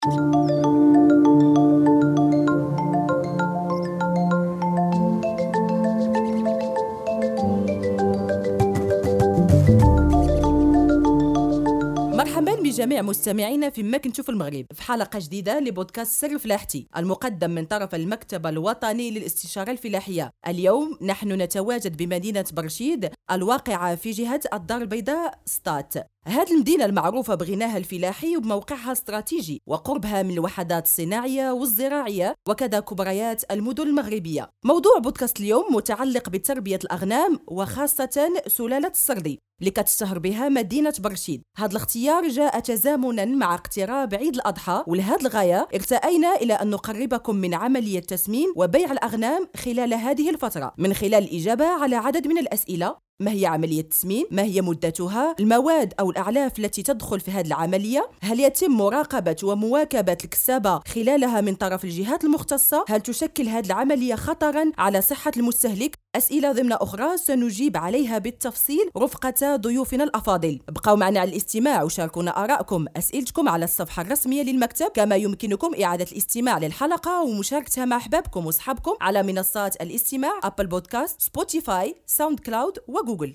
مرحبا بجميع مستمعينا في ما كنتو في المغرب في حلقة جديدة لبودكاست سر فلاحتي المقدم من طرف المكتب الوطني للاستشارة الفلاحية. اليوم نحن نتواجد بمدينة برشيد الواقعة في جهة الدار البيضاء سطات. هذه المدينة المعروفة بغناها الفلاحي وبموقعها الاستراتيجي وقربها من الوحدات الصناعية والزراعية وكذا كبريات المدن المغربية. موضوع بودكاست اليوم متعلق بتربية الأغنام وخاصة سلالة السردي اللي كتشتهر بها مدينة برشيد. هذا الاختيار جاء تزامنا مع اقتراب عيد الأضحى، ولهذه الغاية ارتأينا إلى أن نقربكم من عملية تسمين وبيع الأغنام خلال هذه الفترة من خلال الإجابة على عدد من الأسئلة. ما هي عملية التسمين؟ ما هي مدتها؟ المواد أو الأعلاف التي تدخل في هذه العملية؟ هل يتم مراقبة ومواكبة الكسابة خلالها من طرف الجهات المختصة؟ هل تشكل هذه العملية خطراً على صحة المستهلك؟ أسئلة ضمن أخرى سنجيب عليها بالتفصيل رفقة ضيوفنا الأفاضل. ابقوا معنا على الاستماع وشاركونا آراءكم أسئلتكم على الصفحة الرسمية للمكتب، كما يمكنكم إعادة الاستماع للحلقة ومشاركتها مع أحبابكم وأصحابكم على منصات الاستماع أبل بودكاست، سبوتيفاي، ساوند كلاود وجوجل.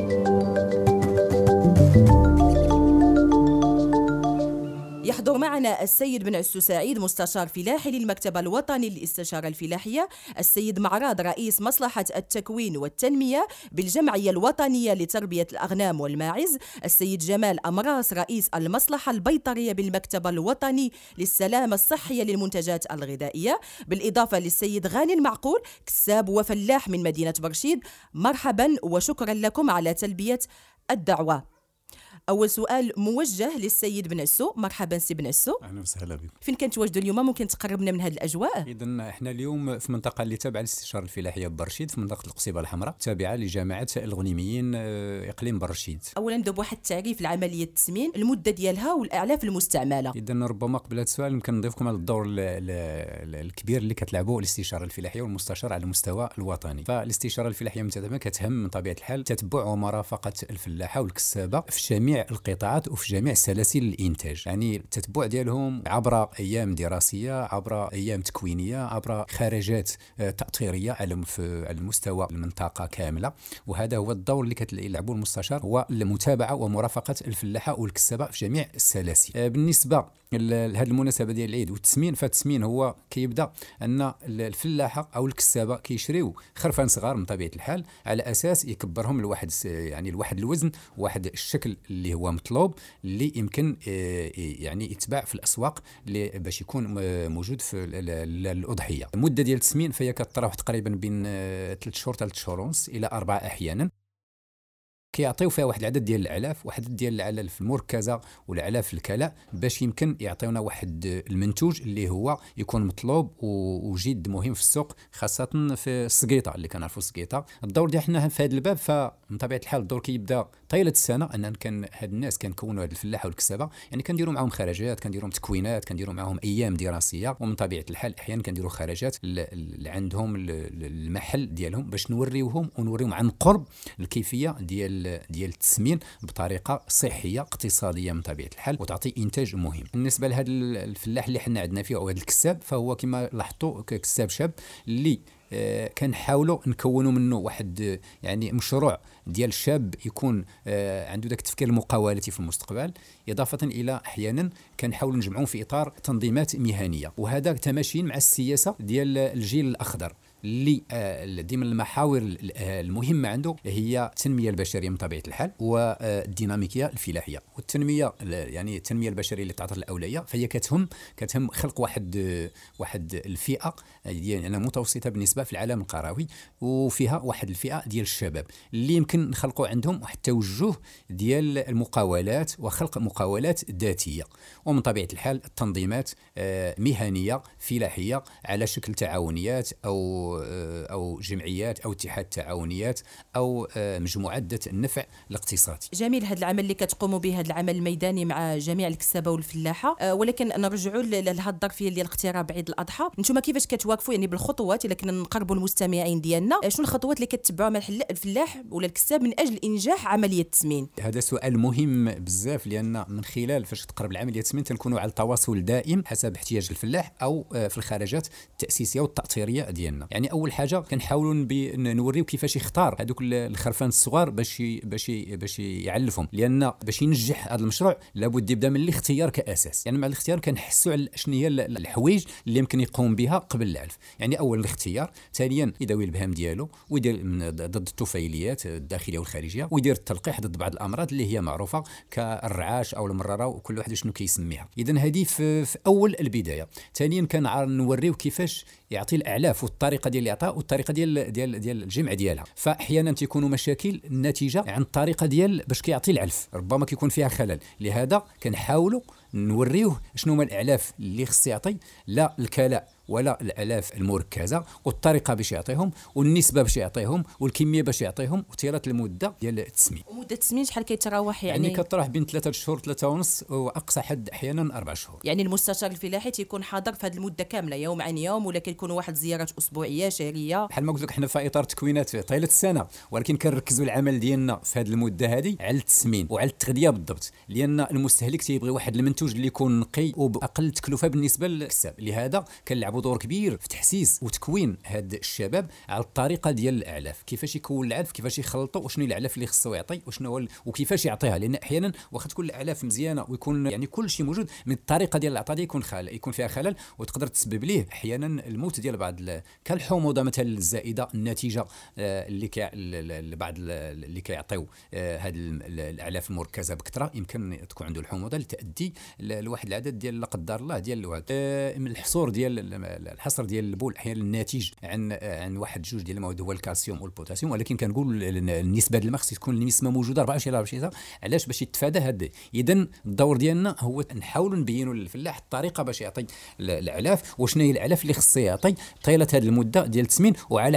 يحضر معنا السيد بن عسو سعيد مستشار فلاحي للمكتب الوطني للاستشارة الفلاحية، السيد معراض رئيس مصلحة التكوين والتنمية بالجمعية الوطنية لتربية الأغنام والماعز، السيد جمال أمراس رئيس المصلحة البيطرية بالمكتب الوطني للسلامة الصحية للمنتجات الغذائية، بالإضافة للسيد غاني المعقول كساب وفلاح من مدينة برشيد. مرحبا وشكرا لكم على تلبية الدعوة. أول سؤال موجه للسيد بن عسو. مرحبا سي بن عسو. أهلا وسهلا بكم. فين كنتواجدوا اليوم؟ ممكن تقربنا من هذه الأجواء؟ إذن إحنا اليوم في منطقة اللي تابعة للاستشارة الفلاحية ببرشيد، في منطقة القصيبة الحمراء، تابعة لجامعة الغنيميين إقليم برشيد. أولا نبدأ بواحد التعريف لعملية التسمين، المدة ديالها والأعلاف المستعملة. إذن ربما قبل هذا السؤال يمكن نضيفكم على الدور الكبير اللي كتلعبه الاستشارة الفلاحية والمستشار على المستوى الوطني. فالاستشارة الفلاحية كتهم من طبيعة الحال تتبع ومرافقة الفلاحة والكسابة في جميع القطاعات وفي جميع سلاسل الإنتاج، يعني التتبع ديالهم عبر أيام دراسية، عبر أيام تكوينية، عبر خارجات تأطيرية على المستوى المنطقة كاملة. وهذا هو الدور اللي كيلعبه المستشار، هو المتابعة ومرافقة الفلاحة والكسابة في جميع السلاسل. بالنسبة لهذه المناسبة ديال العيد والتسمين، فالتسمين هو كيبدا أن الفلاحة أو الكسابة كيشريو خرفان صغار من طبيعة الحال على أساس يكبرهم لواحد لواحد الوزن، واحد الشكل اللي هو مطلوب، اللي يمكن يعني يتباع في الأسواق باش يكون موجود في الأضحية. المدة ديال التسمين فهي كتراوح تقريبا بين 3 شهور 3 شهور ونص إلى 4 أحيانا. كيعطيو فيها واحد العدد ديال الأعلاف، واحد ديال الأعلاف المركزة والأعلاف الكلاء، باش يمكن يعطيونا واحد المنتوج اللي هو يكون مطلوب وجد مهم في السوق، خاصة في السقيطة اللي كنعرفوا السقيطة. الدور ديالنا في هذا الباب فمن طبيعة الحال الدور كيبدا طيلة السنة، أن كان هاد الناس كنكونوا هاد الفلاحة والكسابة، يعني كنديروا معهم خرجات، كنديروا تكوينات، كنديروا معهم أيام دراسية، ومن طبيعة الحال أحيانا كنديروا خرجات اللي عندهم المحل ديالهم باش نوريوهم عن قرب الكيفية ديال التسمين بطريقه صحيه اقتصاديه من طبيعه الحال، وتعطي انتاج مهم. بالنسبه لهذا الفلاح اللي حنا عندنا فيه او هذا الكساب، فهو كما لاحظتوا كساب شاب اللي كنحاولوا نكونوا منه واحد يعني مشروع ديال الشاب يكون عنده ذاك التفكير المقاولتي في المستقبل، اضافه الى احيانا كنحاولوا نجمعوه في اطار تنظيمات مهنيه، وهذا تماشين مع السياسه ديال الجيل الاخضر اللي ديما المحاور المهمه عنده هي التنميه البشريه من طبيعه الحال والديناميكيه الفلاحيه. والتنميه يعني التنميه البشريه اللي تعطي الاولويه، فهي كتهم خلق واحد الفئه يعني متوسطه بالنسبه في العالم القروي، وفيها واحد الفئه ديال الشباب اللي يمكن نخلقوا عندهم واحد التوجه ديال المقاولات وخلق مقاولات ذاتيه، ومن طبيعه الحال التنظيمات مهنيه فلاحيه على شكل تعاونيات او او جمعيات او اتحاد تعاونيات او مجموعات ذات النفع الاقتصادي. جميل هذا العمل اللي كتقوموا به، هذا العمل الميداني مع جميع الكسابه والفلاحه. ولكن نرجعوا لهذه الظرفيه ديال اقتراب عيد الاضحى، نتوما كيفاش كتواقفوا يعني بالخطوات الا كنا نقربوا المستمعين ديالنا، شنو الخطوات اللي كتبعوها مع الفلاح ولا الكساب من اجل انجاح عمليه التسمين؟ هذا سؤال مهم بزاف، لان من خلال فاش تقرب العمليه التسمين تنكونوا على تواصل دائم حسب احتياج الفلاح او في الخرجات التاسيسيه والتاطيريه ديالنا. يعني اول حاجه كنحاولوا نوريو كيفاش يختار هذوك الخرفان الصغار باش يعلفهم، لان باش ينجح هذا المشروع لابد يبدا من الاختيار كاساس. يعني مع الاختيار كنحسوا على شنو هي الحوايج اللي يمكن يقوم بها قبل العلف. يعني اولا الاختيار، ثانيا يداوي البهام ديالو ويدير ضد الطفيليات الداخليه والخارجيه، ويدير التلقيح ضد بعض الامراض اللي هي معروفه كالرعاش او المراره وكل واحد شنو كيسميها. اذا هذه في اول البدايه. ثانيا كنوريو كيفاش يعطي الاعلاف والطريقه ديال الاعطاء والطريقه ديال الجمع ديالها. فاحيانا تيكونوا مشاكل ناتجه عن الطريقه ديال باش كيعطي العلف، ربما كيكون فيها خلل. لهذا كنحاولوا نوريوه شنو هما الاعلاف اللي خص يعطي، لا الكلاء ولا الاعلاف المركزه، والطريقه باش يعطيهم والنسبه باش يعطيهم والكميه باش يعطيهم وطيله المده ديال التسمين. ومده التسمين شحال كيتراوح؟ يعني كتراوح بين 3 شهور 3 ونص واقصى حد احيانا 4 شهور. يعني المستشار الفلاحي تيكون حاضر في هذه المده كامله يوم عن يوم، ولا كيكونوا واحد زيارات اسبوعيه شهريه؟ بحال ما قلت لك حنا في اطار تكوينات طيله السنه، ولكن كنركزوا العمل ديالنا في هذه المده هذه على التسمين وعلى التغذيه بالضبط، لان المستهلك تيبغي واحد المنتوج اللي يكون نقي وباقل تكلفه بالنسبه للكساب. لهذا كنلعبوا دور كبير في تحسيس وتكوين هاد الشباب على الطريقه ديال الاعلاف، كيفاش يكون العلف، كيفاش يخلطوا، وشنو الاعلاف اللي خصو يعطي وشنو وكيفاش يعطيها. لان احيانا واخا تكون الاعلاف مزيانه ويكون يعني كل شيء موجود، من الطريقه ديال العطاء دي يكون فيها خلل وتقدر تسبب ليه احيانا الموت ديال بعض كالحموضه مثلا الزائده الناتجه اللي بعض اللي كيعطيو هاد الاعلاف المركزه بكثره، يمكن تكون عنده الحموضه اللي تؤدي لواحد العدد ديال لا قدر الله ديال من الحصور ديال الحصر ديال البول احيانا الناتج عن واحد جوج ديال المواد هو الكالسيوم والبوتاسيوم. ولكن كنقول النسبه ديال الماء خص تكون النسبه موجوده 24 علاش باش يتفادى هذا. اذا الدور ديالنا هو نحاولوا نبينوا للفلاح الطريقه باش يعطي الاعلاف وشنو هي الاعلاف اللي خص يعطي طيله هذه المده ديال التسمين، وعلى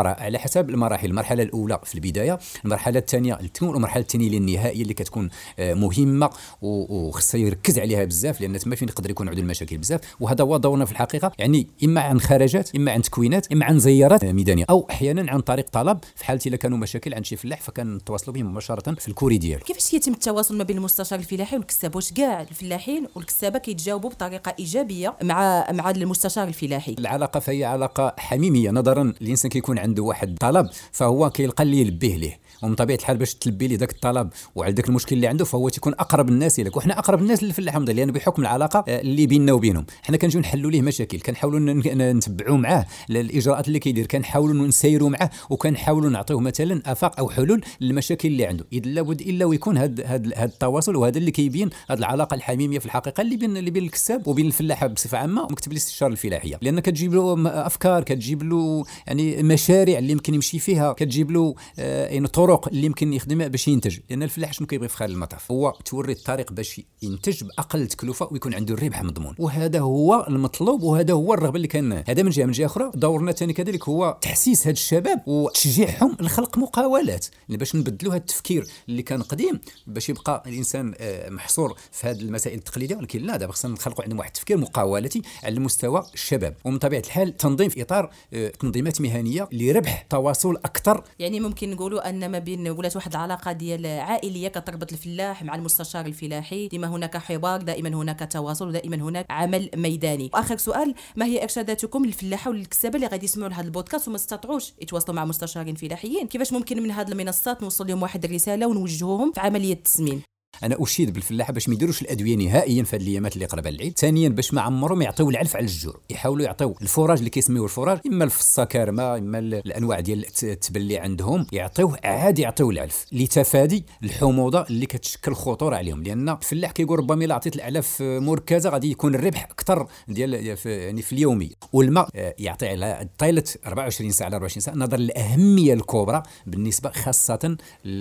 حسب المراحل. المرحله الاولى في البدايه، المرحله الثانيه التكوين، والمرحله الثانيه للنهائيه اللي كتكون مهمه وخص يركز عليها بزاف، لان تما فين يقدر يكون عنده المشاكل بزاف. وهذا هو دورنا في الحقيقه، يعني اما عن خرجات، اما عن تكوينات، اما عن زيارات ميدانيه، او احيانا عن طريق طلب في حاله الا كانوا مشاكل عند شي فلاح فكنتواصلوا بهم مباشره في الكوري ديالو. كيفاش يتم التواصل ما بين المستشار الفلاحي والكساب؟ واش كاع الفلاحين والكسابه كيتجاوبوا بطريقه ايجابيه مع المستشار الفلاحي؟ العلاقه فهي علاقه حميميه، نظرا الانسان كيكون عنده واحد طلب فهو كيلقى اللي يلبيه ليه، ومن طبيعه الحال باش تلبي لي ذاك الطلب وعلى ذاك المشكل اللي عنده فهو تيكون اقرب الناس لك، وحنا اقرب الناس للفلاح لان يعني بحكم العلاقه اللي بيننا وبينهم حنا كنجيو نحلوا ليه مشاكل، كنحاولوا نتبعوا معاه الاجراءات اللي كيدير، كنحاولوا نسيروا معاه وكنحاولوا نعطيوه مثلا افاق او حلول للمشاكل اللي عنده. اذا لابد الا ويكون هذا التواصل، وهذا اللي كيبين هذه العلاقه الحميميه في الحقيقه اللي بين الكساب وبين الفلاح بصفه عامه ومكتب الاستشاره الفلاحيه، لان كتجيب له افكار، كتجيب له يعني مشاريع اللي يمكن يمشي فيها، كتجيب له يعني طرق اللي يمكن يخدمها باش ينتج. لان الفلاح شنو كيبغي في خلال المطاف هو توري الطريق باش ينتج باقل تكلفه ويكون عنده الربح مضمون، وهذا هو المطلوب وهذا هو الرغبه اللي كان. هذا من جهه اخرى دورنا ثاني كذلك هو تحسيس هاد الشباب وتشجيعهم لخلق مقاولات باش نبدلوا هذا التفكير اللي كان قديم باش يبقى الانسان محصور في هذه المسائل التقليديه، ولكن لا، دابا خصنا نخلقوا عندهم واحد التفكير مقاولتي على مستوى الشباب، ومن طبيعه الحال تنظيم في اطار تنظيمات مهنيه لربح تواصل اكثر. يعني ممكن نقولوا ان ما بين ولات واحد العلاقه ديال عائليه كتربط الفلاح مع المستشار الفلاحي، ديما هناك حوار، دائما هناك تواصل، ودائما هناك عمل ميداني. واخر سؤال، ما هي ارشاداتكم للفلاحه وللكسابه اللي غادي يسمعوا لهذا البودكاست وما استطاعوش يتواصلوا مع مستشارين فلاحيين؟ كيفاش ممكن من هذه المنصات نوصل لهم واحد الرساله ونوجهوهم في عمليه التسمين؟ انا اشيد بالفلاحه باش ما يديروش الادويه نهائيا في هذه الايامات اللي قرب العيد. ثانيا باش ما عمرهم يعطيو العلف على الجور، يحاولوا يعطيو الفراج اللي كيسميوه الفراج، اما الفصه كارمه، اما الانواع ديال التبلي عندهم، يعطيوه عادي، يعطيو العلف لتفادي الحموضه اللي كتشكل خطوره عليهم. لان الفلاح كيقول ربما الا عطيت الاعلاف مركزه غادي يكون الربح اكثر ديال يعني في اليومي، والماء يعطي على طيله 24 ساعه على 24 ساعه، نظرا للاهميه الكبرى بالنسبه خاصه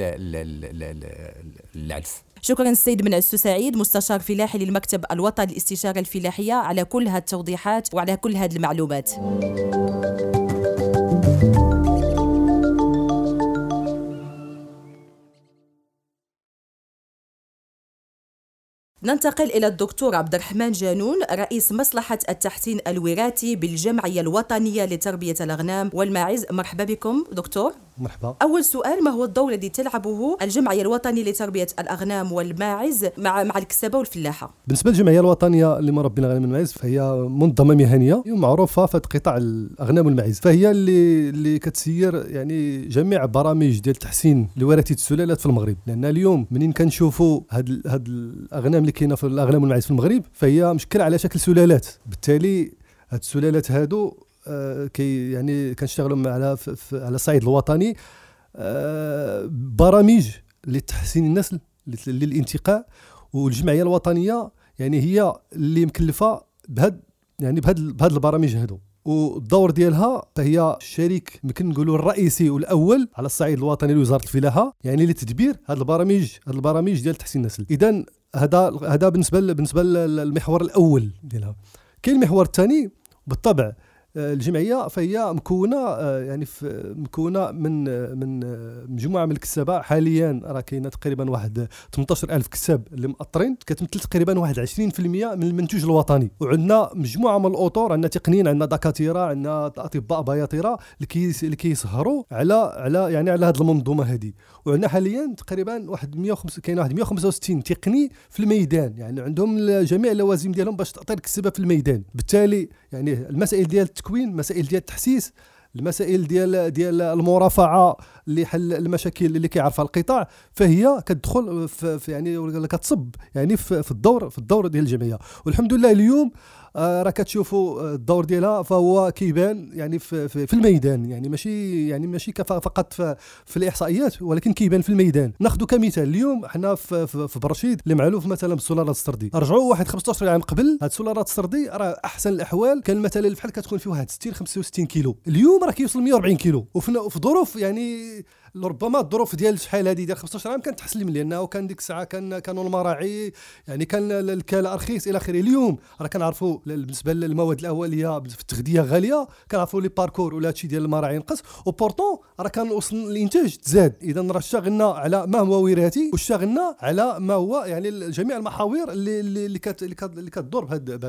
للعلف. شكرا السيد منعش سعيد، مستشار فلاحي للمكتب الوطني للاستشارة الفلاحية، على كل هذه التوضيحات وعلى كل هذه المعلومات. ننتقل إلى الدكتور عبد الرحمن جانون، رئيس مصلحة التحسين الوراثي بالجمعية الوطنية لتربية الأغنام والماعز. مرحبا بكم دكتور. مرحبا. أول سؤال، ما هو الدور الذي تلعبه الجمعية الوطنية لتربية الأغنام والماعز مع الكسابة والفلاحة؟ بالنسبة للجمعية الوطنية لمربين الأغنام والماعز فهي منظمة مهنية معروفة في قطاع الأغنام والماعز، فهي اللي كتسير يعني جميع برامج ديال تحسين لوراثة السلالات في المغرب. لأن اليوم منين كنشوفوا هاد الأغنام اللي كاينة في الأغنام والماعز في المغرب فهي مشكلة على شكل سلالات، بالتالي هاد السلالات هادو يعني كنشتغلوا على الصعيد الوطني برامج لتحسين النسل للانتقاء، والجمعيه الوطنيه يعني هي اللي مكلفه بهاد البرامج هادو، والدور ديالها فهي الشريك يمكن نقولوا الرئيسي والاول على الصعيد الوطني لوزاره الفلاحه، يعني لتدبير هاد البرامج ديال تحسين النسل. اذا هذا بالنسبه للمحور الاول ديالها. كاين المحور الثاني بالطبع الجمعيه فهي مكونه من مجموعه من الكسابه. حاليا راه كاينه تقريبا واحد 18000 كساب اللي مأطرين، كتمثل تقريبا واحد 20% من المنتوج الوطني. وعندنا مجموعه من الاطر، عندنا تقنيين، عندنا دكاتره، عندنا اطباء بياطره اللي كيسهروا على هذه المنظومه هذه. وعندنا حاليا تقريبا واحد 165 تقني في الميدان، يعني عندهم جميع اللوازم ديالهم باش تأطير الكسابه في الميدان. بالتالي يعني المسائل ديال التكوين، مسائل ديال التحسيس، المسائل ديال المرافعه لحل المشاكل اللي كيعرفها القطاع، فهي كتدخل في يعني كتصب يعني في الدور ديال الجمعيه. والحمد لله اليوم راه كتشوفوا الدور ديالها فهو كيبان يعني في الميدان، يعني ماشي فقط في الاحصائيات، ولكن كيبان في الميدان. ناخذ كمثال اليوم حنا في برشيد اللي معروف مثلا بالسولارات السردي، رجعوا واحد 15 عام قبل هاد السولارات السردي راه احسن الاحوال كان مثلا الفحل كتكون فيه واحد 65 كيلو، اليوم راه كيوصل 140 كيلو، وفي ظروف يعني ربما الظروف ديال شحال هذه ديال 15 عام كانت تحسن لانه كان ديك الساعه كانوا المراعي يعني كان الكاله رخيص الى اخره. اليوم راه كنعرفوا بالنسبه للمواد الاوليه في التغذيه غاليه، كنعرفوا لي باركور ولا هادشي ديال المراعي نقص، وبورطون راه كان وصل الانتاج تزاد. اذا راه اشتغلنا على ما هو وراثي، واشتغلنا على ما هو يعني جميع المحاور اللي كتدور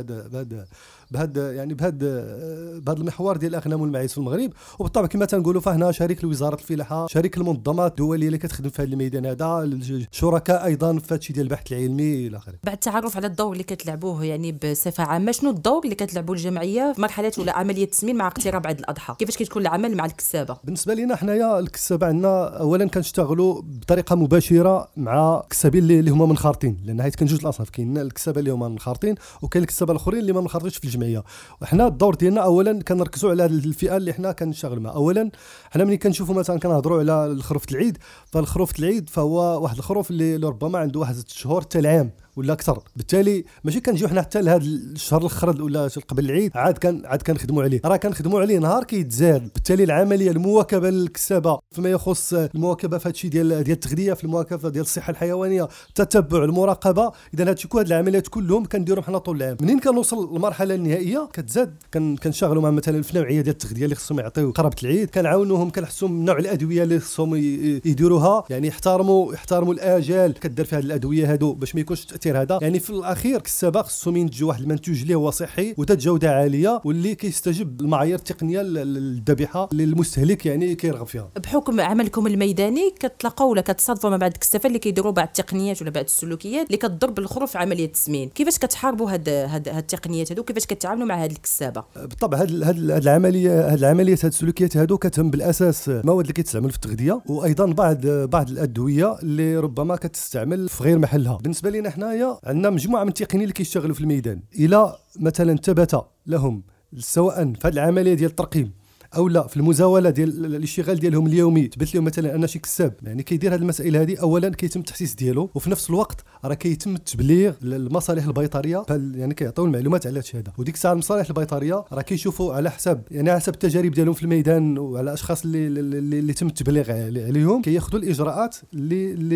بهذا المحور ديال الاغنام والماعز في المغرب. وبالطبع كما تنقولوا فهنا شريك لوزاره الفلاحه، شريك المنظمات الدوليه اللي كتخدم في هذا الميدان هذا، الشركاء ايضا في هادشي ديال البحث العلمي الى اخره. بعد التعرف على الدور اللي كتلعبوه يعني بصفه عامه، شنو الدور اللي كتلعبوا الجمعيه في مرحله ولا عمليه التسمين مع اقتراب عيد الاضحى؟ كيفاش كتكون العمل مع الكسابه؟ بالنسبه لنا حنايا الكسابه عندنا اولا كنشتغلوا بطريقه مباشره مع الكسابين اللي هما منخرطين، لان حيت كان جوج الاصناف، كاين الكسابه اللي هما منخرطين وكاين الكسابه الاخرين اللي ما منخرطوش في الجمعيه. وحنا الدور ديالنا اولا كنركزوا على الفئه اللي حنا كنشتغل معها. اولا حنا ملي كنشوفوا مثلا كنهضروا على الخروف العيد، فالخروف العيد فهو واحد الخروف اللي ربما عنده واحد 6 شهور حتى العام ولا اكثر، بالتالي ماشي كنجيو حنا حتى لهذا الشهر الاخر ولا قبل العيد عاد كنخدموا عليه، راه كنخدموا عليه نهار كيتزاد. بالتالي العمليه المواكبه للكسابه فيما يخص المواكبه في هادشي ديال التغذيه، في المواكبه ديال الصحه الحيوانيه، التتبع، المراقبه، اذا هادشي هاد العمليات كلهم كنديرهم حنا طول العام. منين كنوصل للمرحله النهائيه كتزاد كنشغلوا مع مثلا في نوعيه ديال التغذيه اللي خصهم يعطيو قرابه العيد، كنعاونوهم كنحسهم من نوع الادويه اللي خصهم يديروها، يعني يحترموا الاجال كدير في هذه الادويه هادو باش ما يكونش التاثير هذا. يعني في الاخير كالسباق خصهم ينتجوا واحد المنتوج اللي هو صحي وذات جوده عاليه واللي كيستجب المعايير التقنيه الذبيحه اللي المستهلك يعني كيرغب فيها. بحكم عملكم الميداني كتلاقاو ولا كتصادفوا مع بعض الكسافه اللي كيديروا بعض التقنيات ولا بعض السلوكيات اللي كتضر بالخروف في عمليه التسمين، كيفاش كتحاربوا هاد التقنيات هادو؟ كيفاش كتعاملوا مع هاد الكسابه؟ بالطبع هاد العمليات هاد السلوكيات هادو كتهم بالاساس المواد اللي كتستعمل في التغذيه، وايضا بعض الادويه اللي ربما كتستعمل في غير محلها. بالنسبه لنا حنايا عندنا مجموعه من التقنيين اللي كيشتغلوا في الميدان، الى مثلا ثبت لهم سواء في هذه العمليه ديال الترقيم او لا في المزاوله ديال الاشتغال ديالهم اليومي، تبت لهم مثلا ان شي كساب يعني كيدير هذه المسائل هذه، اولا كيتم التحسيس ديالو، وفي نفس الوقت راه كيتم التبليغ للمصالح البيطريه، يعني كيعطيو المعلومات على هادشي هذا. وديك الساعه المصالح البيطريه راه كيشوفوا على حسب التجارب ديالهم في الميدان وعلى اشخاص اللي تم التبليغ عليهم، كياخذوا الاجراءات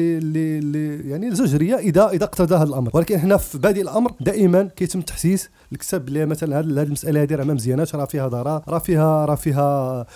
اللي يعني الزجريه اذا اقتضى هذا الامر. ولكن هنا في بادئ الامر دائما كيتم التحسيس الكسب اللي مثلا هذه المساله هذه راه ما مزياناش، راه فيها ضرر، راه فيها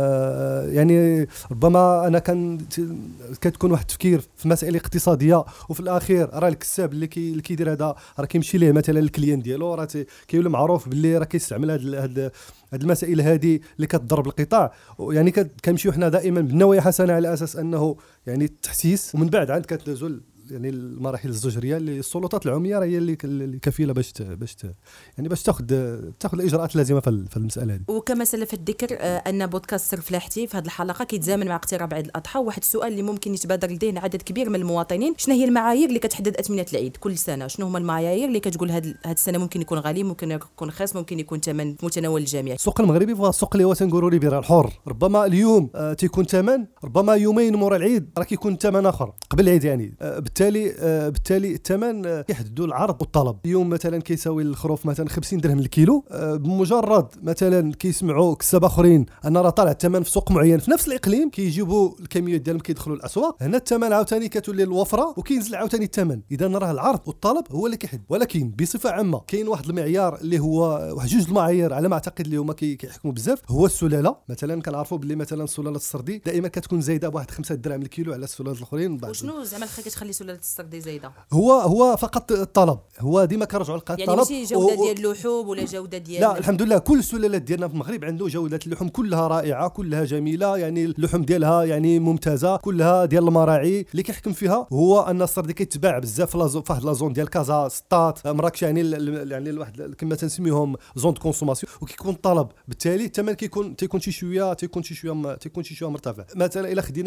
يعني ربما انا كتكون واحد التفكير في مسائل اقتصاديه، وفي الاخير راه الكساب اللي كيدير هذا راه كيمشي ليه مثلا الكليان ديالو، راه كيولي معروف باللي راه كيستعمل هاد المسائل هذه اللي كتضرب القطاع. يعني كنمشيو حنا دائما بالنوايا حسنه على اساس انه يعني التحسيس، ومن بعد عاد كتنزل يعني المراحل الزجريه اللي السلطات العموميه راه هي اللي كفيله باش تاخذ الاجراءات اللازمه في المساله هذه. وكما سلف الذكر ان بودكاست سر فلاحتي في هذه الحلقه كيتزامن مع اقتراب عيد الاضحى. واحد السؤال اللي ممكن يتبادر لذهن عدد كبير من المواطنين، شنو هي المعايير اللي كتحدد اثمنه العيد كل سنه؟ شنو هما المعايير اللي كتقول هذه السنه ممكن يكون غالي، ممكن يكون رخيص، ممكن يكون ثمن متناول الجميع؟ السوق المغربي هو السوق اللي هو تنقولوا ليبرال الحر، ربما اليوم تيكون ثمن، ربما يومين مورا العيد راه كيكون ثمن اخر قبل العيد يعني. بالتالي الثمن كيحددوا العرض والطلب. اليوم مثلا كيساوي الخروف مثلا 50 درهم الكيلو، بمجرد مثلا كيسمعوا كساب اخرين ان راه طالع الثمن في سوق معين في نفس الاقليم، كيجيبوا الكميات ديالهم كيدخلوا الاسواق، هنا الثمن عاوتاني كتولي الوفره وكينزل عاوتاني الثمن. اذا راه العرض والطلب هو اللي كيحدد. ولكن بصفه عامه كاين واحد المعيار اللي هو واحد جوج المعايير على ما اعتقد اللي هما كيحكموا بزاف. هو السلاله، مثلا كنعرفوا باللي مثلا سلاله السردي دائما كتكون زايده بواحد 5 دراهم الكيلو على السلالات الاخرين. وشنو زعما كتخلي سلاله السردي زايده؟ هو فقط الطلب، هو ديما كنرجعوا للطلب. يعني ماشي جوده ديال اللحوم ولا جوده ديال لا الحمد لله كل السلالات ديالنا في المغرب عنده جوده اللحوم كلها رائعه، كلها جميله، يعني اللحوم ديالها يعني ممتازه، كلها ديال المراعي. اللي كيحكم فيها هو ان السردي كيتباع بزاف في واحد لا زون ديال كازا سطات مراكش، يعني الواحد كما تنسميهم زون دو كونسوماسيون، وكيكون الطلب، بالتالي الثمن تيكون شي شويه مرتفع. مثلا الا خدينا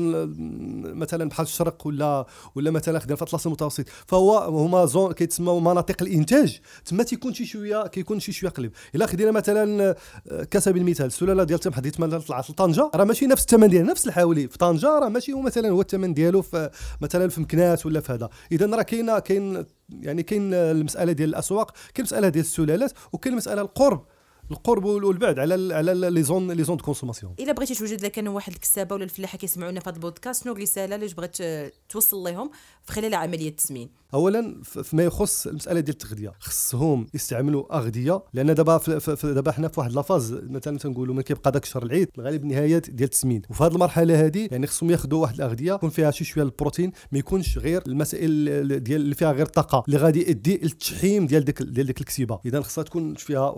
مثلا بحال الشرق ولا مثلا خدينا في الاطلس المتوسط، هما زون كيتسموا مناطق الانتاج، تما كيكون شي شويه قليل. الا خدينا مثلا كسب المثال السلاله ديال تمحديت مثلا طلعت لطنجه، راه ماشي نفس الثمن ديال نفس الحوالي في طنجه، راه ماشي هو مثلا هو الثمن ديالو في مثلا في مكناس ولا في هذا. اذا راه كاين المساله ديال الاسواق، كاين المساله ديال السلالات، وكاين المساله القرب والبعد على لي زون دو كونسوماسيون. الا بغيتي توجد لك كانوا واحد الكسابه ولا الفلاحه كيسمعونا في هذا البودكاست، شنو الرساله اللي بغيت توصل لهم في خلال عمليه التسمين؟ اولا فيما يخص المساله ديال التغذيه، خصهم يستعملوا اغذيه، لان دابا حنا في واحد لافاز مثلا تنقولوا من كيبقى داك شهر العيد الغالب نهايات ديال التسمين، وفي هذه المرحله هذه يعني خصهم ياخذوا واحد الاغذيه يكون فيها شي شويه البروتين، ما يكونش غير المسائل ديال اللي فيها غير الطاقه اللي غادي يؤدي للتشحيم ديال ديك الكسيبه. اذا خصها تكون فيها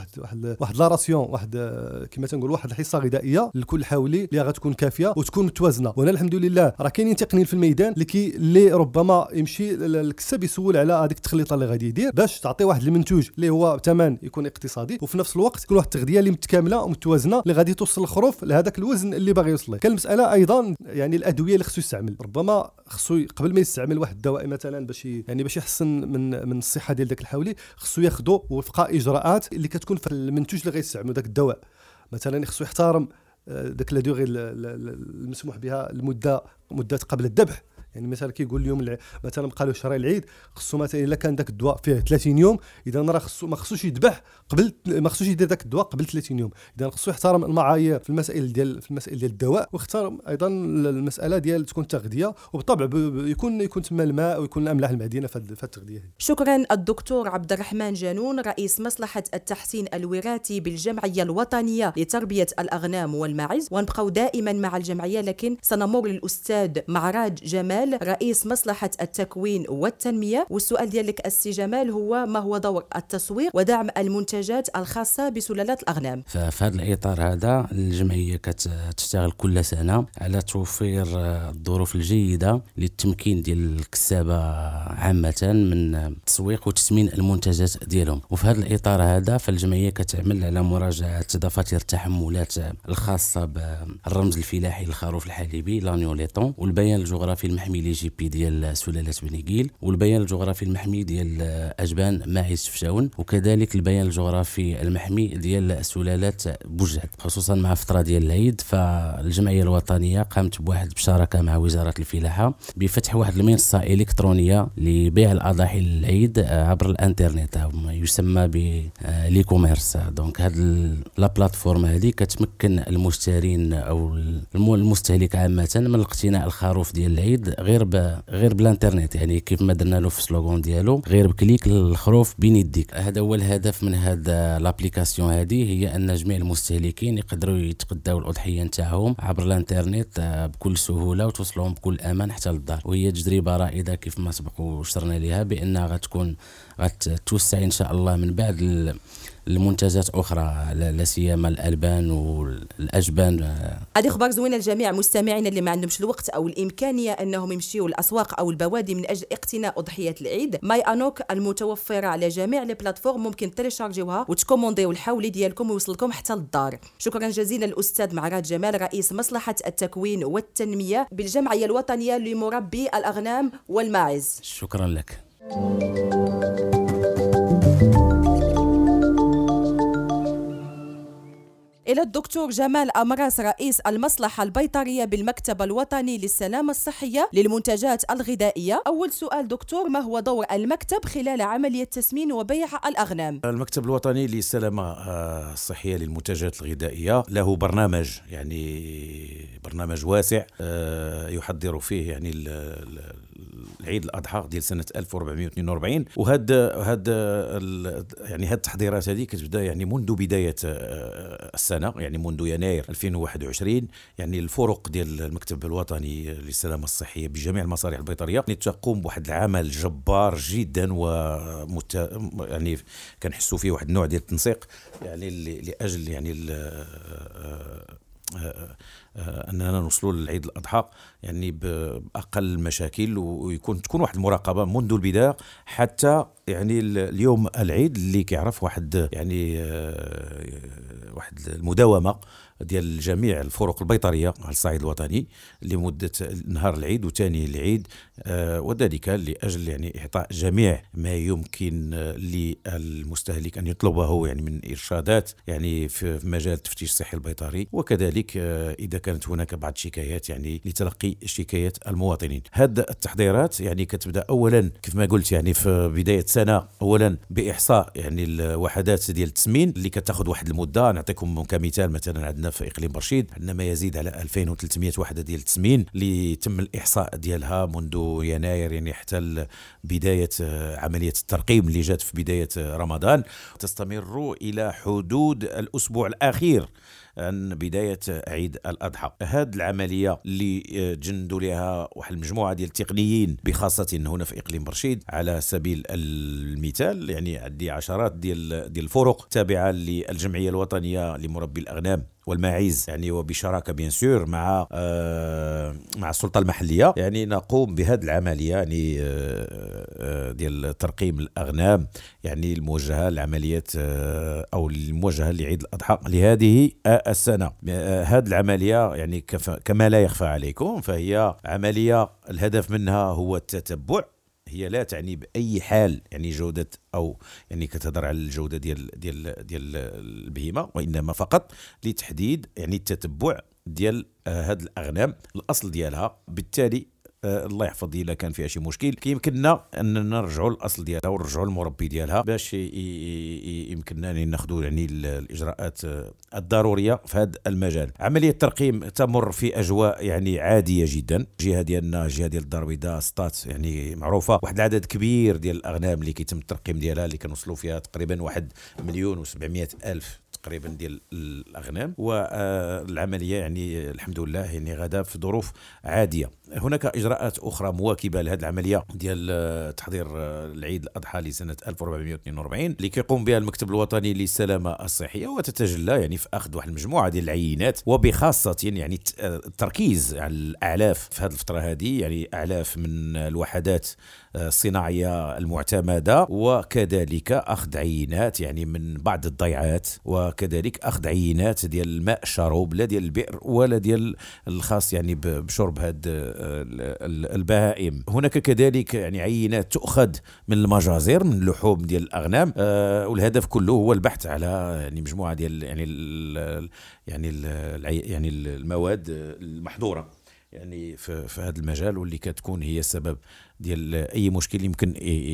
واحد لا راسيون، واحد كما تنقول واحد الحصه غذائيه لكل حولي اللي غتكون كافيه وتكون متوازنه. وانا الحمد لله راه كاينين تقنيين في الميدان اللي ربما يمشي الكساب يسول على هذيك التخليطه اللي غادي يدير باش تعطي واحد المنتوج اللي هو ثمن يكون اقتصادي، وفي نفس الوقت تكون واحد التغذيه اللي متكامله ومتوازنه اللي غادي توصل الخروف لهذاك الوزن اللي باغي يوصل له. كان المساله ايضا يعني الادويه اللي خصو يستعمل، ربما خصو قبل ما يستعمل واحد الدواء مثلا باش يحسن من الصحه ديال داك الحولي، خصو ياخذه وفق اجراءات اللي كتكون في المنتوج اللي غيستعملوا داك الدواء. مثلا خصو يحترم داك لا دوغي المسموح بها المده قبل الذبح. يعني مثلا كيقول اليوم مثلا بقى له شهر العيد، خصو مثلا الا كان داك الدواء فيه 30 يوم، اذا راه ما خصوش يذبح قبل، ما خصوش يدير داك الدواء قبل 30 يوم. اذا خصو يحترم المعايير في المسائل ديال الدواء، ويختار ايضا المساله ديال تكون التغذيه، وبالطبع يكون تما الماء ويكون الاملاح المعدنيه في التغذيه. شكرا الدكتور عبد الرحمن جانون، رئيس مصلحه التحسين الوراثي بالجمعيه الوطنيه لتربيه الاغنام والماعز. ونبقاو دائما مع الجمعيه، لكن سنمر للاستاذ معراج جمال، رئيس مصلحة التكوين والتنمية. والسؤال ديالك السي جمال هو ما هو دور التسويق ودعم المنتجات الخاصة بسلالات الأغنام؟ ففي هذا الإطار هذا الجمعية كتشتغل كل سنة على توفير الظروف الجيدة للتمكين ديال الكسابة عامة من التسويق وتسمين المنتجات ديالهم. وفي هذا الإطار هذا فالجمعية كتعمل على مراجعة دفاتر التحملات الخاصة بالرمز الفلاحي للخروف الحليبي لانيوليطون، والبيان الجغرافي المحمي لي جي بي ديال سلالة بنيكيل، والبيان الجغرافي المحمي ديال أجبان ماعز فشاون، وكذلك البيان الجغرافي المحمي ديال سلالة بوجاد. خصوصا مع فترة ديال العيد، فالجمعية الوطنية قامت بواحد بشراكة مع وزارة الفلاحة بفتح واحد المنصة إلكترونية لبيع الأضاحي للعيد عبر الانترنت، يسمى بلي كوميرس. دونك هاد لا بلاتفورم هذه كتمكن المشترين أو المستهلك عامة من اقتناء الخروف ديال العيد غير بالانترنت، يعني كيف ما درنا له في سلوغون ديالو غير بكليك الخروف بين يديك. هذا هو الهدف من هذا لابليكاسيون هذه، هي ان جميع المستهلكين يقدروا يتقداو الاضحيه نتاعهم عبر الانترنت بكل سهوله وتوصلهم بكل امان حتى للدار. وهي تجربه رائده كيف ما سبق وشرنا لها بانها غتوسع ان شاء الله من بعد المنتجات اخرى، لا سيما الالبان والاجبان. هذه اخبار زوينه لجميع مستمعينا اللي ما عندهمش الوقت او الامكانيه انهم يمشيوا الاسواق او البوادي من اجل اقتناء اضحيه العيد. ماي انوك المتوفره على جميع لي بلاتفورم، ممكن تيليشارجيوها وتكومونديو الحولي ديالكم ويوصلكم حتى للدار. شكرا جزيلا للاستاذ معراض جمال رئيس مصلحه التكوين والتنميه بالجمعيه الوطنيه لمربي الاغنام والماعز. شكرا لك. إلى الدكتور جمال أمراس رئيس المصلحة البيطرية بالمكتب الوطني للسلامة الصحية للمنتجات الغذائية. أول سؤال دكتور، ما هو دور المكتب خلال عملية تسمين وبيع الأغنام؟ المكتب الوطني للسلامة الصحية للمنتجات الغذائية له برنامج، يعني برنامج واسع يحضر فيه يعني العيد الأضحى ديال سنة 1442. وهاد يعني هاد التحضيرات هذه كتبدا يعني منذ بداية السنة، يعني منذ يناير 2021. يعني الفرق ديال المكتب الوطني للسلامة الصحية بجميع المصالح البيطرية يعني تقوم بواحد العمل جبار جدا، يعني كنحسوا فيه واحد النوع ديال التنسيق يعني لأجل يعني أننا نوصلوا للعيد الأضحى يعني بأقل المشاكل، تكون واحد المراقبة منذ البداية حتى يعني اليوم العيد اللي كيعرف واحد يعني واحد المداومة ديال جميع الفرق البيطرية على الصعيد الوطني لمدة نهار العيد وثاني العيد، وذلك لأجل يعني إعطاء جميع ما يمكن للمستهلك أن يطلبه يعني من إرشادات يعني في مجال التفتيش الصحي البيطري، وكذلك إذا كانت هناك بعض الشكايات يعني لتلقي شكايات المواطنين. هذه التحضيرات يعني كتبدأ أولا كيف ما قلت يعني في بداية سنة أولا بإحصاء يعني الوحدات ديال التسمين اللي كتاخذ واحد المدة. نعطيكم كمثال، مثلا عندنا في إقليم برشيد عندنا ما يزيد على 2300 وحدة ديال التسمين اللي تم الإحصاء ديالها منذ يناير يعني حتى بداية عملية الترقيم اللي جات في بداية رمضان، تستمر إلى حدود الأسبوع الأخير عن بداية عيد الأضحى. هذه العملية اللي جندوا لها واحد المجموعة ديال التقنيين بخاصة هنا في إقليم برشيد. على سبيل المثال يعني عندي عشرات ديال الفرق تابعة للجمعية الوطنية لمربي الأغنام والماعز يعني، وبشراكة بيان سور مع السلطة المحلية يعني نقوم بهذه العملية يعني ديال ترقيم الأغنام يعني الموجهة لعملية أو الموجهة لعيد الأضحى لهذه السنة. هذه العملية يعني كما لا يخفى عليكم فهي عملية الهدف منها هو التتبع. هي لا تعني بأي حال يعني جودة أو يعني كتهضر على الجودة ديال البهيمة، وإنما فقط لتحديد يعني التتبع ديال هاد الأغنام الأصل ديالها. بالتالي الله يحفظ إلا كان فيها شي مشكل كيمكننا أننا نرجعوا للأصل ديالها ونرجعوا للمربي ديالها باش يمكننا ناخذوا يعني الإجراءات الضرورية في هذا المجال. عملية الترقيم تمر في أجواء يعني عادية جدا. الجهة ديالنا الجهة ديال الدار البيضاء ستات يعني معروفة، واحد العدد كبير ديال الأغنام اللي كيتم الترقيم ديالها اللي كنوصلوا فيها تقريبا 1,700,000 تقريبا ديال الأغنام، والعملية يعني الحمد لله يعني غدا في ظروف عادية. هناك إجراءات أخرى مواكبة لهذه العملية ديال تحضير العيد الأضحى لسنة 1442 اللي كيقوم بها المكتب الوطني للسلامة الصحية، وتتجلى يعني في أخذ واحد المجموعة ديال العينات، وبخاصة يعني التركيز على الأعلاف في هذه الفترة هذه، يعني أعلاف من الوحدات الصناعية المعتمدة، وكذلك أخذ عينات يعني من بعض الضيعات، وكذلك أخذ عينات ديال الماء الشروب لا ديال البئر ولا ديال الخاص يعني بشرب هاد البهائم. هناك كذلك يعني عينات تؤخذ من المجازر من اللحوم ديال الأغنام، والهدف كله هو البحث على يعني مجموعة ديال يعني المواد المحظورة يعني في هذا المجال، واللي كتكون هي سبب ديال اي مشكل يمكن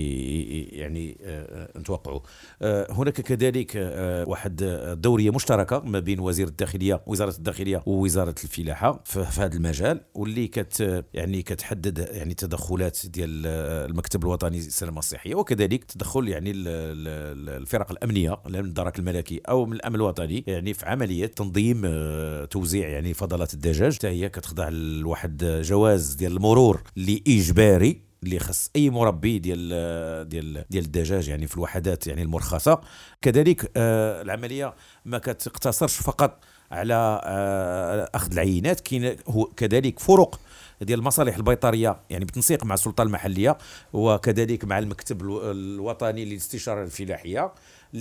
يعني نتوقعه. هناك كذلك واحد دوريه مشتركه ما بين وزاره الداخليه ووزاره الفلاحه في هذا المجال، واللي يعني كتحدد يعني تدخلات ديال المكتب الوطني للسلامه الصحيه، وكذلك تدخل يعني الفرق الامنيه من الدرك الملكي او من الامن الوطني يعني في عمليه تنظيم توزيع يعني فضلات الدجاج. حتى هي كتخضع لواحد جواز ديال المرور اللي اجباري اللي خص اي مربي ديال الدجاج يعني في الوحدات يعني المرخصه. كذلك العمليه ما كتقتصرش فقط على اخذ العينات، كاين كذلك فرق ديال المصالح البيطريه يعني بالتنسيق مع السلطه المحليه وكذلك مع المكتب الوطني للاستشاره الفلاحيه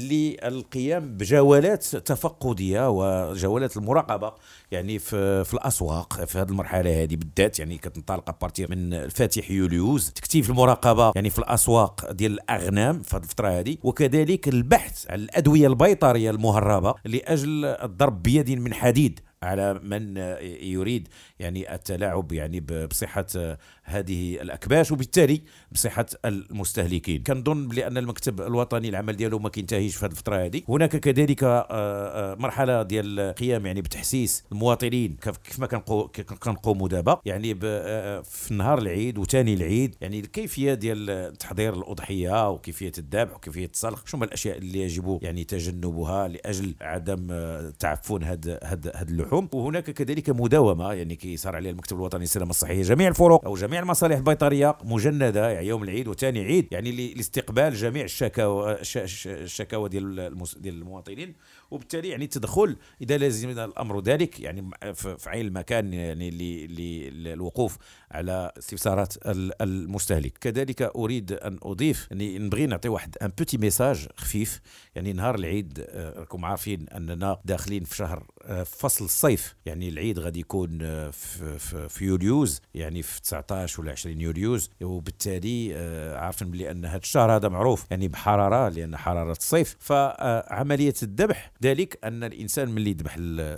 للقيام بجولات تفقديه وجولات المراقبه يعني في الاسواق في هذه المرحله هذه بالذات، يعني كتنطلق ابارتير من فاتح يوليوز، تكثيف المراقبه يعني في الاسواق ديال الاغنام في هذه الفتره هذه، وكذلك البحث عن الادويه البيطريه المهربه لاجل الضرب بيد من حديد على من يريد يعني التلاعب يعني بصحة هذه الأكباش وبالتالي بصحة المستهلكين. كنظن بأن المكتب الوطني العمل ديالو ما كينتهيش في هذه الفترة هذه. هناك كذلك مرحلة ديال القيام يعني بتحسيس المواطنين كيف ما كنقوموا دابا يعني في نهار العيد وثاني العيد، يعني الكيفية ديال تحضير الأضحية وكيفية الذبح وكيفية السلخ، شنو الأشياء اللي يجب يعني تجنبها لأجل عدم تعفن هاد اللحوم. وهناك كذلك مداومه يعني كيصار عليها المكتب الوطني للسلامه الصحيه جميع الفروق او جميع المصالح البيطريه مجنده يعني يوم العيد وثاني عيد يعني لاستقبال جميع الشكاوى ديال المواطنين، وبالتالي يعني التدخل اذا لازم الامر ذلك يعني في عين المكان يعني للوقوف على استفسارات المستهلك. كذلك اريد ان اضيف اني نبغي نعطي واحد ان بوتي ميساج خفيف. يعني نهار العيد راكم عارفين اننا داخلين في شهر فصل الصيف، يعني العيد غادي يكون في يوليوز يعني في 19 ولا 20 يوليوز، وبالتالي عارفين بلي ان هذا الشهر هذا معروف يعني بحراره لان حراره الصيف. فعمليه الذبح ذلك ان الانسان ملي يذبح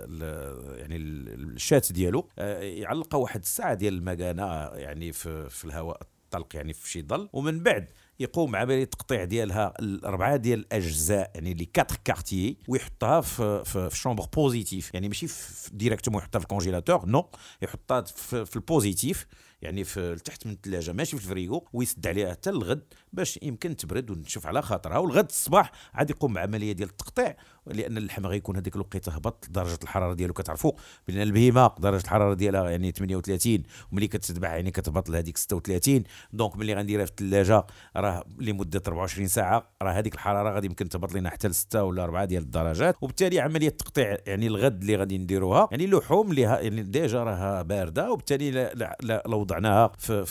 يعني الشات ديالو يعلق واحد الساعه ديال المكانه يعني في الهواء الطلق يعني في شي ظل، ومن بعد يقوم عمليه تقطيع ديالها الاربعه ديال الاجزاء يعني لي 4 كارتيي ويحطها في شومبر بوزيتيف، يعني ماشي ديريكتومون يحطها في الكونجيلاتور، نو يحطها في البوزيتيف يعني في تحت من الثلاجه ماشي في الفريغو، ويسد عليها حتى الغد باش يمكن تبرد ونشوف على خاطرها، والغد الصباح عاد يقوم بعمليه ديال التقطيع لان اللحم غيكون هذيك الوقيته هبط درجه الحراره ديالو. كتعرفوا بان البهيمه درجه الحراره ديالها يعني 38 وملي كتذبح يعني كتهبط لهذيك 36، دونك ملي غنديرها في الثلاجه راه لمده 24 ساعه راه هذيك الحراره غادي يمكن تهبط لنا حتى ل 6 ولا 4 ديال الدرجات، وبالتالي عمليه التقطيع يعني الغد اللي غادي نديروها يعني اللحوم اللي يعني ديجا راها بارده، وبالتالي لو وضعناها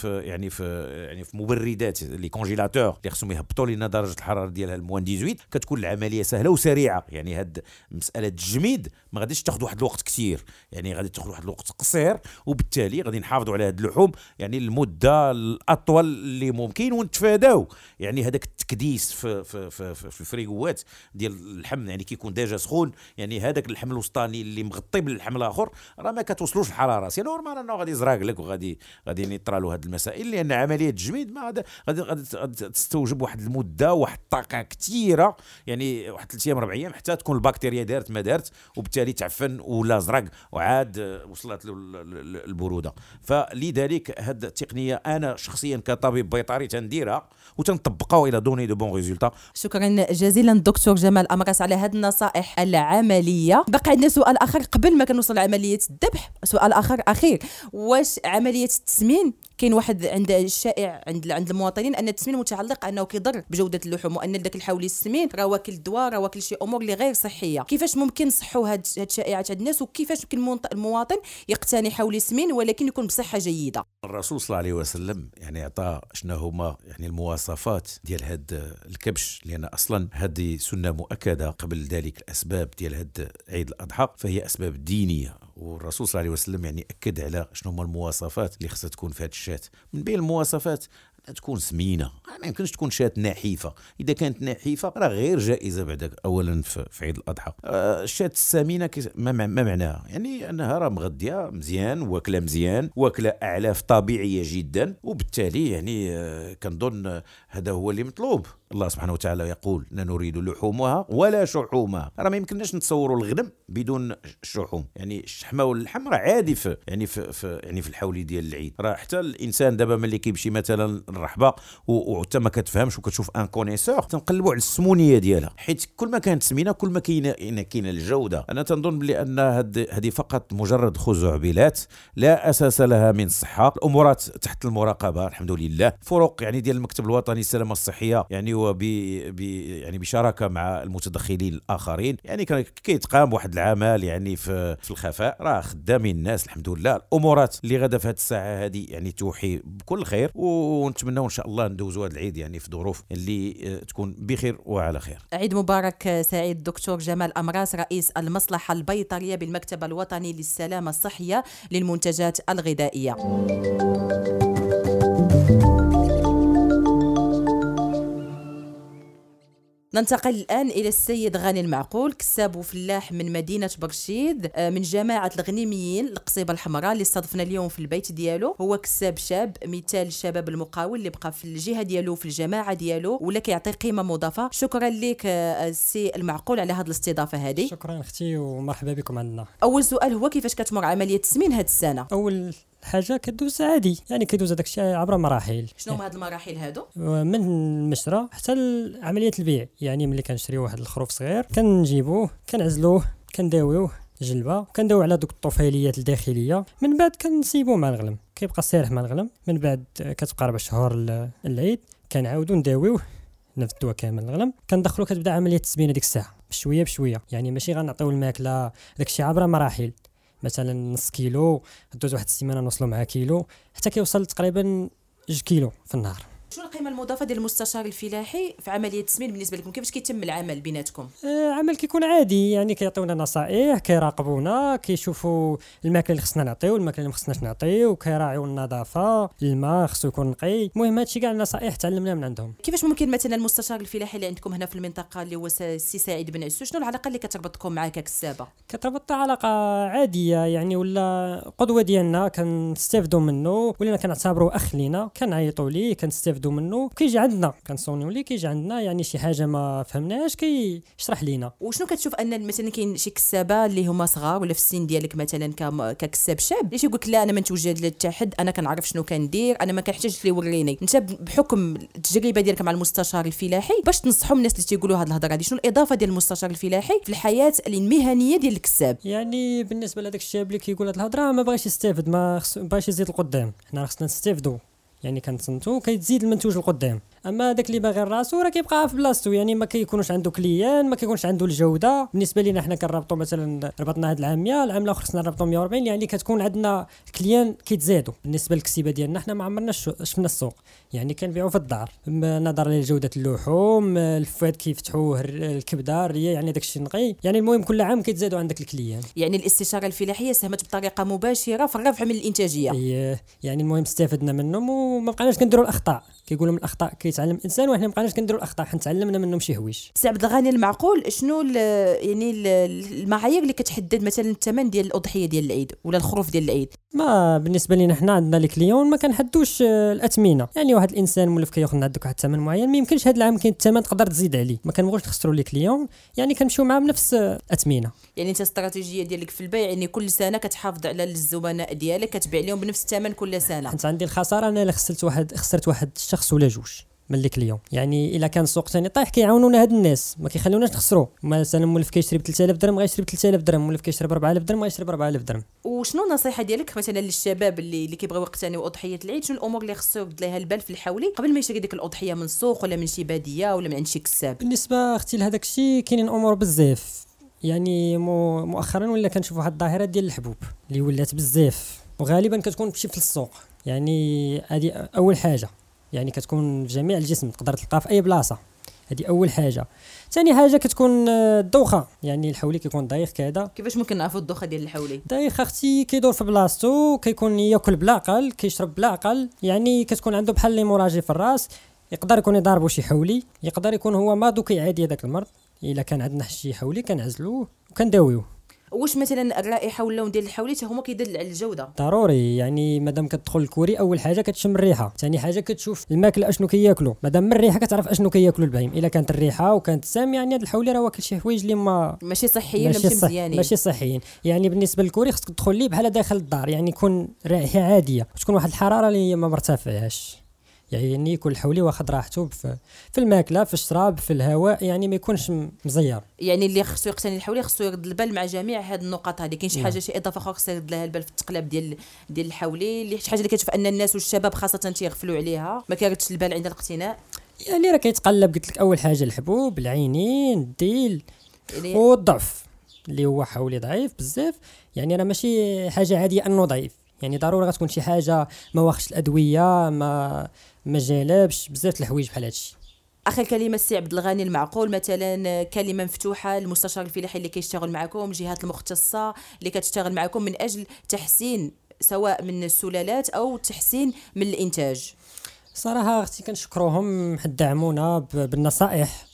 في مبردات لي كونجيلاتور اللي خصهم يهبطوا لنا درجه الحراره ديالها الموان 18 كتكون العمليه سهله وسريعه. يعني هاد مساله التجميد ما غاديش تاخذ واحد الوقت كثير، يعني غادي تاخذ واحد الوقت قصير، وبالتالي غادي نحافظوا على هاد اللحوم يعني المده الاطول اللي ممكن ونتفاداو يعني هذاك التكديس في الفريغوات ديال اللحم يعني كيكون ديجا سخون، يعني هذاك اللحم الوسطاني اللي مغطي باللحم الاخر راه ما كتوصلوش الحراره، سي نورمال انه غادي يزرق لك وغادي يطرالوا هاد المسائل، لان عمليه التجميد ما غادي تستوجب واحد المده واحد الطاقه كثيره، يعني واحد 3 ايام 4 ايام حتى تكون البكتيريا دارت ما دارت، وبالتالي تعفن ولا زرق وعاد وصلت له البروده. فلذلك هاد التقنيه انا شخصيا كطبيب بيطري تنديرها وتنطبقها الى دوني دو بون ريزولتا. شكرا جزيلا دكتور جمال امراس على هذه النصائح العمليه. بقى عندنا سؤال اخر قبل ما كنوصل لعمليه الذبح، سؤال اخير، واش عمليه التسمين كاين واحد عند الشائع عند المواطنين ان التسمين متعلق انه كيضر بجوده اللحوم، وان داك الحولي السمين راه واكل الدواء راه واكل شي امور اللي غير صحيه. كيفاش ممكن نصحوا هاد الشائعات عند الناس، وكيفاش يمكن المواطن يقتني حولي سمين ولكن يكون بصحه جيده؟ الرسول صلى الله عليه وسلم يعني عطى شنو هما يعني المواصفات ديال هاد الكبش، لان اصلا هذه سنه مؤكده قبل ذلك. الاسباب ديال هاد عيد الاضحى فهي اسباب دينيه، والرسول صلى الله عليه وسلم يعني اكد على شنو هما المواصفات اللي خصها تكون في هاد الشات. من بين المواصفات تكون سمينه، ما يمكنش تكون شاة نحيفه. اذا كانت نحيفه راه غير جائزه بعد اولا في عيد الاضحى. الشاة السمينه ما معناها؟ يعني انها راه مغديه مزيان، واكله مزيان، واكله اعلاف طبيعيه جدا، وبالتالي يعني كنظن هذا هو اللي مطلوب. الله سبحانه وتعالى يقول لا نريد لحومها ولا شحومها. راه ما يمكنناش نتصوروا الغنم بدون الشحوم، يعني الشحمه واللحم راه عادي في الحولي ديال العيد. راه حتى الانسان دابا ملي كيمشي مثلا الرحبه وحتى ما كتفهمش وكتشوف ان كونيسور، تنقلبوا على السمونيه ديالها، حيت كل ما كانت سمينه كل ما كاينه الجوده. انا تنظن بلي ان هذه فقط مجرد خزعبلات لا اساس لها من صحه. الامورات تحت المراقبه الحمد لله. فروق يعني ديال المكتب الوطني للسلامه الصحيه يعني يعني بشراكه مع المتدخلين الاخرين، يعني كيتقام بواحد العمل يعني في الخفاء. راه خدامين الناس الحمد لله. الامورات اللي غدا في هذه الساعه هذه يعني توحي بكل خير، ونتمنوا ان شاء الله ندوزوا هذا العيد يعني في ظروف اللي تكون بخير وعلى خير. عيد مبارك سعيد. دكتور جمال أمراس، رئيس المصلحه البيطريه بالمكتب الوطني للسلامه الصحيه للمنتجات الغذائيه. ننتقل الآن إلى السيد غاني المعقول، كساب وفلاح من مدينة برشيد، من جماعة الغنيميين القصيبة الحمراء، اللي استضفنا اليوم في البيت ديالو. هو كساب شاب مثال الشباب المقاول اللي بقى في الجهة ديالو في الجماعة ديالو ولا كيعطي قيمة مضافة. شكرا لك السي المعقول على هذه الاستضافة هذه. شكرا اختي ومرحبا بكم عندنا. أول سؤال هو كيفاش كتمر عملية التسمين هذه السنة؟ أول حاجه كدوز عادي، يعني كيدوز هذاك الشيء عبر مراحل. شنو هما هاد المراحل هادو؟ من المشرى حتى عمليه البيع. يعني ملي كنشريو واحد الخروف صغير كنجيبوه كنعزلوه كنداويوه جلبه وكنداويو على دوك الطفيليات الداخليه، من بعد كنسيبوه مع الغلم كيبقى سارح مع الغلم. من بعد كتبقى 4 شهور العيد كنعاودو نداويوه نفدوه كامل الغلم، كندخلو كتبدا عمليه التسمين ديك الساعه بشويه بشويه. يعني ماشي غنعطيو الماكله داك الشيء عبر مراحل، مثلا نص كيلو دوز واحد السيمانه نوصلوا مع كيلو حتى كيوصل تقريبا 2 كيلو في النهار. شنو القيمه المضافه ديال المستشار الفلاحي في عمليه التسمين بالنسبه لكم؟ كيفاش كيتم العمل بيناتكم؟ عمل كيكون عادي، يعني كيعطيونا نصائح، كيراقبونا، كيشوفوا الماكله اللي خصنا نعطيو، الماكله اللي ما خصناش نعطيو، كيراعيو النظافه، الماء خصو يكون نقي. المهم هادشي كاع النصائح تعلمنا من عندهم. كيفاش ممكن مثلا المستشار الفلاحي اللي عندكم هنا في المنطقه اللي هو السي سعيد بن عسو، شنو العلاقه اللي كتربطكم معاه ككسابه؟ كتربط علاقه عاديه، يعني ولا قدوه ديالنا، كنستافدوا منه، ولينا كنعتبروه اخ لينا، كنعيطوا ليه كنستافدوا منه، كيجي عندنا كنصونيو ليه، كيجي عندنا يعني شي حاجه ما فهمناهاش كيشرح لينا. وشنو كتشوف ان مثلا كاين شي كسابه اللي هما صغار ولا في السن ديالك مثلا ككساب شاب اللي تيقول لك لا انا ما نتوجد لحتى حد، انا كنعرف شنو كندير، انا ما كنحتاجش اللي يوريني. انت بحكم التجربه ديالك مع المستشار الفلاحي باش تنصحوا الناس اللي تيقولوا هذه الهضره هذه، شنو الاضافه ديال المستشار الفلاحي في الحياه المهنيه ديال الكساب؟ يعني بالنسبه لهذاك الشاب اللي كيقول هذه الهضره ما بغاش يستافد، ما بغاش يزيد القدام، حنا خصنا نستافدوا، يعني كنتصنتو كيتزيد المنتوج القدام. اما داك اللي باغي راسو راه كيبقى في بلاصتو، يعني ما كيكونوش عنده كليان، ما كيكونش عنده الجوده. بالنسبه لينا حنا كنربطوا مثلا ربطنا هاد العام 100، العام الاخر خصنا نربطوا 140، يعني كتكون عندنا كليان كيتزادوا. بالنسبه للكسيبه ديالنا حنا ما عمرنا شفنا السوق، يعني كنبيعوا في الدار نظرا لجوده اللحوم، الفواد كيفتحوه، الكبده، الريه، يعني داك الشيء نقي. يعني المهم كل عام كيتزادوا عندك الكليان. يعني الاستشاره الفلاحيه ساهمت بطريقه مباشره في الرفع من الانتاجيه. يعني المهم استفدنا منهم وما بقيناش كنديروا الاخطاء. كيقولوا من الاخطاء كيتعلم الانسان، وحنا ما بقيناش كنديروا الاخطاء، حنا تعلمنا منهم شي هويج. سي عبد الغني المعقول، شنو يعني المعايير اللي كتحدد مثلا الثمن ديال الاضحيه ديال العيد ولا الخروف ديال العيد؟ ما بالنسبه لينا حنا عندنا الكليون ما كنحدوش الاثمنه. يعني واحد الانسان مولف كياخذ من عندك واحد الثمن معين، ما يمكنش هذا العام كاين الثمن تقدر تزيد عليه، ما كنبغوش نخسروا الكليون، يعني كنمشيو معاه بنفس الاثمنه. يعني انت الاستراتيجيه ديالك في البيع يعني كل سنه كتحافظ على الزبناء ديالك، كتبيع لهم بنفس الثمن كل سنه. انت عندي الخساره انا الا خسرت واحد الشخص ولا جوج من الكليون. يعني الا كان السوق ثاني طايح كيعاونونا هاد الناس، ما كيخليوناش نخسروا. مثلا مولف كيشري ب 3000 درهم غيشري ب 3000 درهم، مولف كيشري ب 4000 درهم غيشري ب 4000 درهم. وشنو النصيحه ديالك مثلا للشباب اللي كيبغيو يقتنيوا اضحيه العيد؟ شنو الامور اللي خصو يرد لها البال في الحولي قبل ما يشري ديك الاضحيه من السوق ولا من شي باديه ولا من عند شي كساب؟ بالنسبه اختي لهذاك الشيء كاينين امور بزاف. يعني مؤخرا ولا كنشوف واحد الظاهره ديال الحبوب اللي ولات بزاف، وغالبا كتكون تمشي في السوق. يعني هذه اول حاجه، يعني كتكون في جميع الجسم، تقدر تلقاها في اي بلاصه. هذه اول حاجه. ثاني حاجه كتكون الدوخه، يعني الحولي كيكون دايخ كذا. كيفاش ممكن نعرفوا الدوخه ديال الحولي؟ دايخ اختي كيدور في بلاصتو، كيكون ياكل بلا عقل، كيشرب بلا عقل، يعني كتكون عنده بحال ليموراجي في الراس. يقدر يكون يضاربو شي حولي، يقدر يكون هو مرض كيعادي هذاك المرض. الا كان عندنا شي حولي كنعزلوه وكنداويوه. واش مثلا الرائحه واللون ديال الحولي حتى هما كيدل على الجوده؟ ضروري، يعني مادام كتدخل الكوري اول حاجه كتشم الريحه، ثاني حاجه كتشوف الماكله اشنو كياكلوا، مادام من الريحه كتعرف اشنو كياكلوا البهيم. الا كانت الريحه وكانت السام يعني هذا الحولي راه واكل شي حوايج اللي ماشي صحيين ولا ماشي مزيانين. ماشي صحيين. يعني بالنسبه للكوري خصك تدخل ليه بحال داخل الدار، يعني يكون رائحه عاديه وتكون واحد الحراره اللي ما مرتفعاش، يعني يكون الحولي واخد راحته في الماكله، في الشراب، في الهواء، يعني ما يكونش مزير. يعني اللي خصو يقتني الحولي خصو يرد البال مع جميع هذه النقط هذه. كاين شي حاجه شي اضافه اخرى خصو يرد لها البال في التقلاب ديال الحولي، اللي شي حاجه اللي كتشوف ان الناس والشباب خاصه تيغفلوا عليها، ما كيردش البال عند الاقتناء؟ يعني راه كيتقلب، قلت لك اول حاجه الحبوب، العينين، الديل، يعني والضعف اللي هو حولي ضعيف بزاف. يعني راه ماشي حاجه عاديه انه ضعيف، يعني ضروري غتكون شي حاجه ما واخدش الادويه، ما جالبش بزاف الحوايج بحال هادشي. اخر كلمه السي عبد الغني المعقول، مثلا كلمه مفتوحه للمستشار الفلاحي اللي كيشتغل معكم، الجهات المختصه اللي كتشتغل معكم من اجل تحسين سواء من السلالات او تحسين من الانتاج. صراحه اختي كنشكروهم حد دعمونا بالنصائح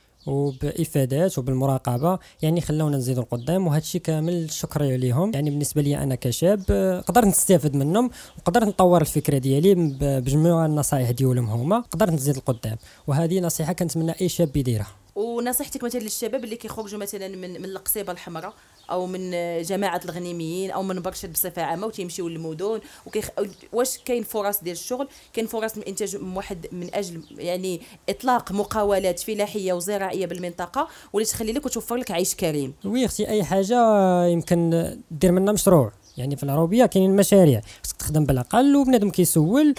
وبافادات وبالمراقبه، يعني خلونا نزيدوا القدام، وهذا الشيء كامل الشكر عليهم. يعني بالنسبه لي انا كشاب قدرت نستافد منهم وقدرت نطور الفكره ديالي بجميع النصائح ديالهم هما، قدرت نزيد القدام، وهذه نصيحه كنتمنى اي شاب يديرها. ونصيحتك مثلا للشباب اللي كيخرجوا مثلا من القصيبه الحمراء او من جماعه الغنيميين او من برشد بصفه عامه وتيمشيو للمدن واش كاين فرص ديال الشغل، كاين فرص من انتاج واحد من اجل يعني اطلاق مقاولات فلاحيه وزراعيه بالمنطقه واللي تخلي لك وتوفر لك عيش كريم؟ وي اختي اي حاجه يمكن دير منها مشروع. يعني في العروبيه كاينين مشاريع خصك تخدم بالاقل وبنادم كيسول،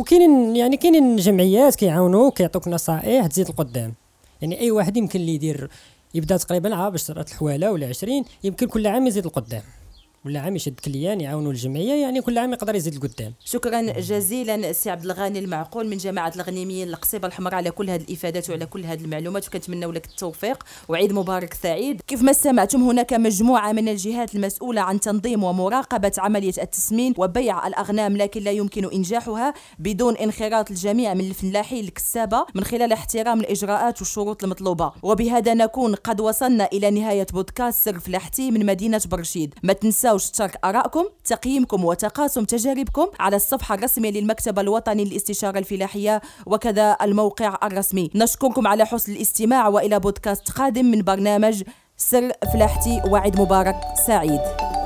وكاينين جمعيات كيعاونوك كيعطوك نصائح تزيد القدام. يعني اي واحد يمكن اللي يدير يبدا تقريبا ب10 الحواله ولا 20، يمكن كل عام يزيد القدام، ولا عام يشد كليان يعاونوا الجمعيه، يعني كل عام يقدر يزيد القدام. شكرا جزيلا سي عبد الغني المعقول من جماعه الغنيميين القصيبه الحمراء على كل هذه الافادات وعلى كل هذه المعلومات، وكنتمنوا لك التوفيق وعيد مبارك سعيد. كيف ما سمعتم هناك مجموعه من الجهات المسؤوله عن تنظيم ومراقبه عمليه التسمين وبيع الاغنام، لكن لا يمكن انجاحها بدون انخراط الجميع من الفلاحين الكسابه من خلال احترام الاجراءات والشروط المطلوبه. وبهذا نكون قد وصلنا الى نهايه بودكاست سر فلاحتي من مدينه برشيد. ما تنساوش تشارك آرائكم، تقييمكم وتقاسم تجاربكم على الصفحة الرسمية للمكتب الوطني للاستشارة الفلاحية وكذا الموقع الرسمي. نشكركم على حسن الاستماع وإلى بودكاست قادم من برنامج سر فلاحتي، وعيد مبارك سعيد.